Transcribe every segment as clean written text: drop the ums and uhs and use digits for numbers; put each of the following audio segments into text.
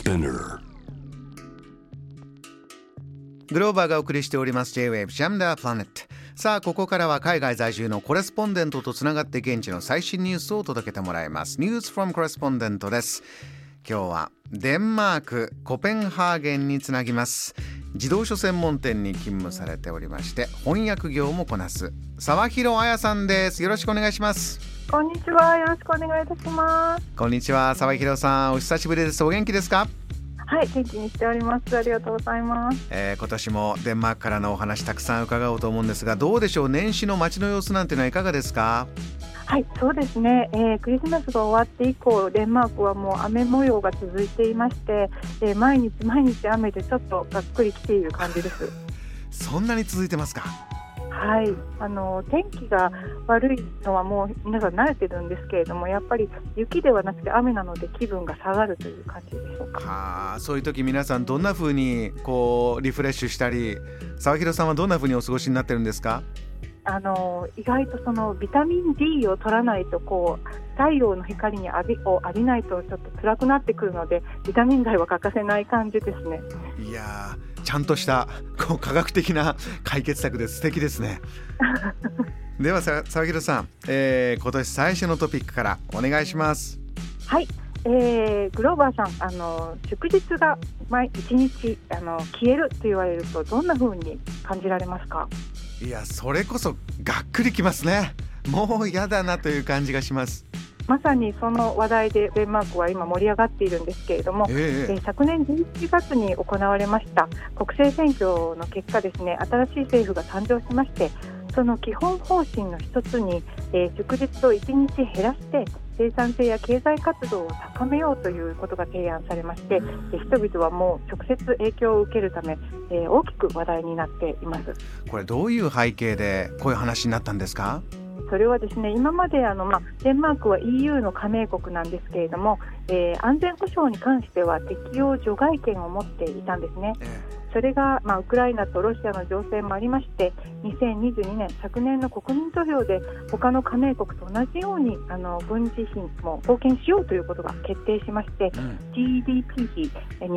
Spinner。 グローバーがお送りしております J-Wave Jam the Planet。 さあここからは海外在住のコレスポンデントとつながって現地の最新ニュースを届けてもらいます。 News from Correspondent です。今日はデンマークコペンハーゲンにつなぎます。自動書専門店に勤務されておりまして翻訳業もこなす沢広彩さんです。よろしくお願いします。 こんにちは、よろしくお願いいたします。 こんにちは、沢広さん、お久しぶりです。お元気ですか？ はい、元気にしております。ありがとうございます。 今年もデンマークからのお話たくさん伺おうと思うんですが、どうでしょう、年始の街の様子なんていうのはいかがですか？ はい、そうですね、クリスマスが終わって以降デンマークはもう雨模様が続いていまして、毎日雨でちょっとがっくりきている感じです。 そんなに続いてますか？ はい、天気が悪いのはもう皆さん慣れてるんですけれども、やっぱり雪ではなくて雨なので気分が下がるという感じでしょうか。 そういう時皆さんどんな風にリフレッシュしたり、沢広さんはどんな風にお過ごしになってるんですか？ 意外とそのビタミン D を取らないと太陽の光に浴びないとちょっと辛くなってくるので、ビタミン剤は欠かせない感じですね。 いやちゃんとした科学的な解決策です。素敵ですね。では沢広さん、今年最初のトピックからお願いします。 はい、グローバーさん、祝日が毎1日消えると言われるとどんな風に感じられますか？ いや、それこそがっくりきますね。もうやだなという感じがします。 まさにその話題でデンマークは今盛り上がっているんですけれども、昨年11月に行われました国政選挙の結果ですね、新しい政府が誕生しまして、その基本方針の一つに、祝日を1日減らして生産性や経済活動を高めようということが提案されまして、人々はもう直接影響を受けるため、大きく話題になっています。 これどういう背景でこういう話になったんですか？ それはですね、今までデンマークは EU の加盟国なんですけれども、安全保障に関しては適用除外権を持っていたんですね。それが、ウクライナとロシアの情勢もありまして、2022年昨年の国民投票で他の加盟国と同じように軍事費も貢献しようということが決定しまして、GDP 比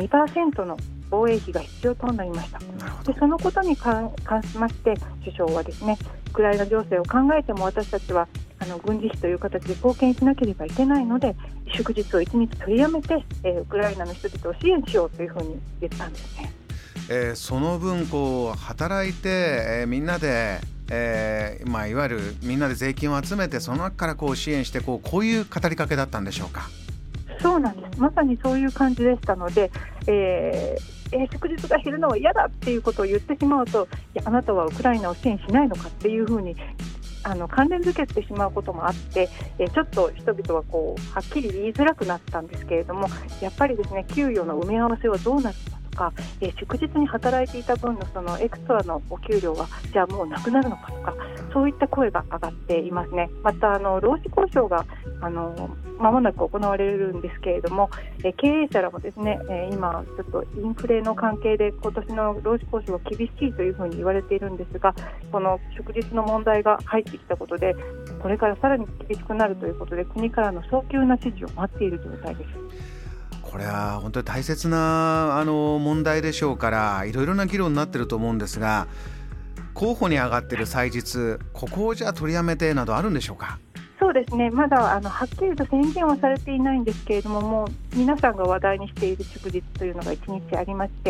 2% の防衛費が必要となりました。でそのことに関しまして首相はですね、ウクライナ情勢を考えても私たちは軍事費という形で貢献しなければいけないので、祝日を1日取りやめて、ウクライナの人々を支援しようというふうに言ったんですね。 その分働いて、みんなで、いわゆるみんなで税金を集めてその中から支援してこういう語りかけだったんでしょうか？ そうなんです。まさにそういう感じでしたので、祝日が減るのは嫌だっていうことを言ってしまうと、いやあなたはウクライナを支援しないのかっていうふうに関連づけてしまうこともあって、ちょっと人々ははっきり言いづらくなったんですけれども、やっぱりですね、給与の埋め合わせはどうなるのかとか、祝日に働いていた分のそのエクストラのお給料はじゃあもうなくなるのかとか、そういった声が上がっていますね。また労使交渉が間もなく行われるんですけれども、経営者らもですね、今ちょっとインフレの関係で今年の労使交渉は厳しいというふうに言われているんですが、この祝日の問題が入ってきたことでこれからさらに厳しくなるということで、国からの早急な指示を待っている状態です。 これは本当に大切な問題でしょうから、いろいろな議論になっていると思うんですが、候補に上がっている祭日、ここをじゃあ取りやめてなどあるんでしょうか？ そうですね、まだはっきりと宣言はされていないんですけれども、もう皆さんが話題にしている祝日というのが1日ありまして、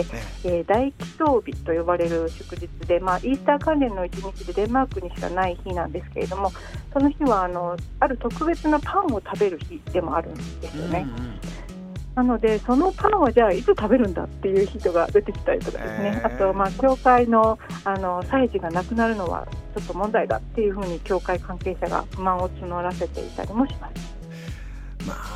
大祈祷日と呼ばれる祝日で、イースター関連の1日でデンマークにしかない日なんですけれども、その日はある特別なパンを食べる日でもあるんですよね。なのでそのパンはじゃあいつ食べるんだっていう人が出てきたりとかですね、あと教会の祭事がなくなるのはちょっと問題だっていうふうに教会関係者が不満を募らせていたりもします。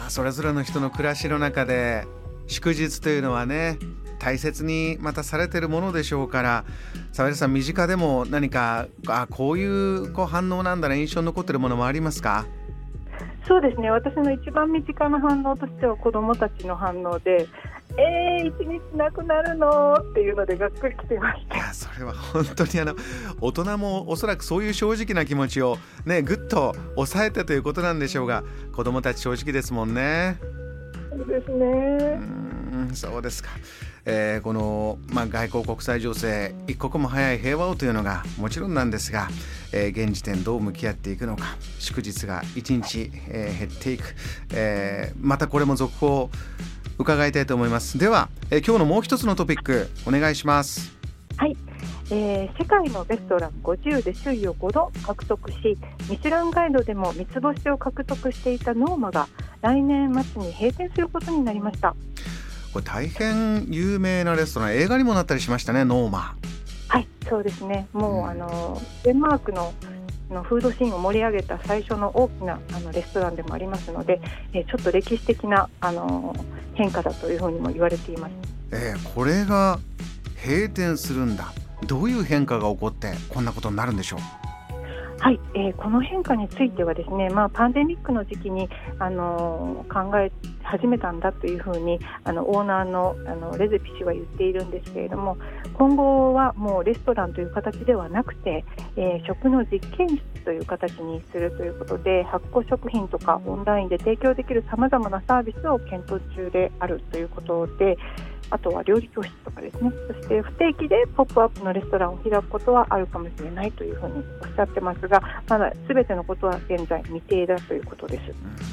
それぞれの人の暮らしの中で祝日というのはね、大切にまたされているものでしょうから、沢井さん、身近でも何かこういう反応なんだな、印象に残っているものもありますか？ そうですね、私の一番身近な反応としては子どもたちの反応で、一日なくなるのっていうのでがっくりきてました。 いや、それは本当に大人もおそらくそういう正直な気持ちをね、ぐっと抑えてということなんでしょうが、子どもたち正直ですもんね。 そうですね。 そうですか。この、外交国際情勢一刻も早い平和をというのがもちろんなんですが、現時点どう向き合っていくのか、祝日が1日、減っていく、またこれも続報伺いたいと思います。では、今日のもう一つのトピックお願いします。 はい、世界のレストラン50で首位を5度獲得し、ミシュランガイドでも三つ星を獲得していたノーマが来年末に閉店することになりました。 これ大変有名なレストラン、映画にもなったりしましたね、ノーマ。 はい、そうですね。もう、デンマークのフードシーンを盛り上げた最初の大きなレストランでもありますので、ちょっと歴史的な変化だというふうにも言われています。 これが閉店するんだ。どういう変化が起こってこんなことになるんでしょう。 はい、この変化についてはですね、パンデミックの時期に考え始めたんだというふうにオーナーのレゼピ氏は言っているんですけれども、今後はもうレストランという形ではなくて、食の実験室という形にするということで、発酵食品とかオンラインで提供できるさまざまなサービスを検討中であるということで、あとは料理教室とかですね、そして不定期でポップアップのレストランを開くことはあるかもしれないというふうにおっしゃってますが、まだ全てのことは現在未定だということです。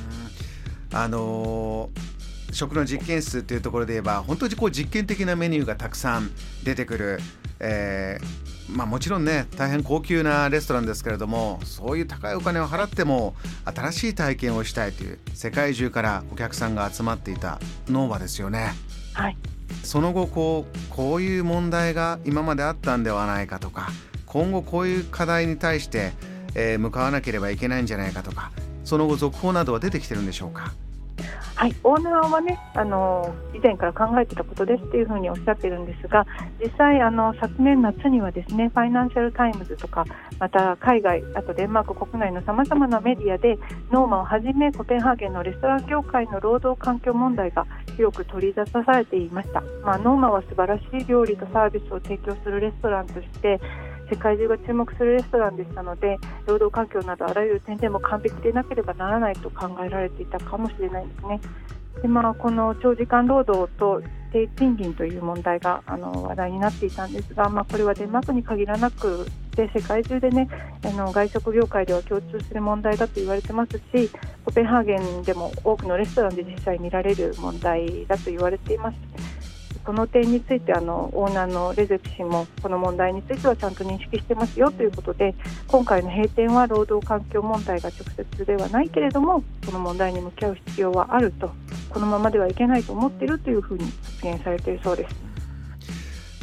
食の実験室というところで言えば、本当に実験的なメニューがたくさん出てくる、もちろんね、大変高級なレストランですけれども、そういう高いお金を払っても新しい体験をしたいという世界中からお客さんが集まっていたノーバですよね。 はい、 その後こういう問題が今まであったんではないかとか、今後こういう課題に対して、向かわなければいけないんじゃないかとか、その後続報などは出てきてるんでしょうか。 はい、オーナーはね、以前から考えていたことですというふうにおっしゃっているんですが、実際昨年夏にはですね、ファイナンシャルタイムズとか、また海外、あとデンマーク国内のさまざまなメディアでノーマをはじめコペンハーゲンのレストラン業界の労働環境問題が広く取り沙汰されていました。ノーマは素晴らしい料理とサービスを提供するレストランとして世界中が注目するレストランでしたので、労働環境などあらゆる点でも完璧でなければならないと考えられていたかもしれないですね。で、この長時間労働と低賃金という問題が話題になっていたんですが、これはデンマークに限らなくて世界中でね、外食業界では共通する問題だと言われてますし、コペンハーゲンでも多くのレストランで実際見られる問題だと言われています。この点についてオーナーのレゼピ氏もこの問題についてはちゃんと認識してますよということで、今回の閉店は労働環境問題が直接ではないけれども、この問題に向き合う必要はあると、このままではいけないと思っているというふうに発言されているそうです。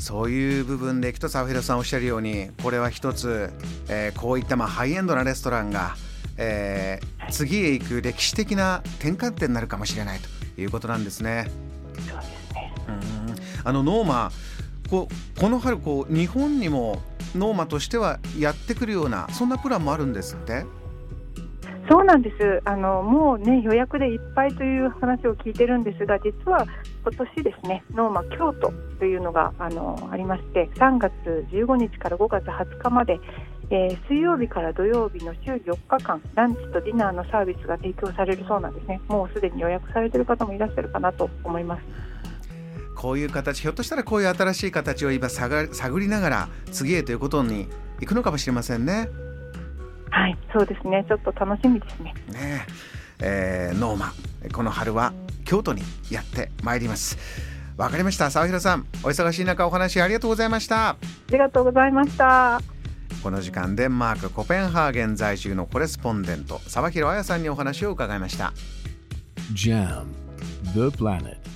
そういう部分で一つ青広さんおっしゃるように、これは一つ、こういったハイエンドなレストランが、次へ行く歴史的な転換点になるかもしれないということなんですね。 そうですね。 ノーマ、この春日本にもノーマとしてはやってくるような、そんなプランもあるんですって。 そうなんです。もうね、予約でいっぱいという話を聞いてるんですが、実は今年ですね、ノーマ京都というのがありまして、3月15日から5月20日まで、水曜日から土曜日の週4日間ランチとディナーのサービスが提供されるそうなんですね。もうすでに予約されている方もいらっしゃるかなと思います。 こういう形、ひょっとしたらこういう新しい形を今探りながら次へということに行くのかもしれませんね。 はい、そうですね。ちょっと楽しみですね。 ノーマ、この春は京都にやってまいります。わかりました。沢平さん、お忙しい中お話ありがとうございました。 ありがとうございました。 この時間、デンマークコペンハーゲン在住のコレスポンデント沢平彩さんにお話を伺いました。 JAM The Planet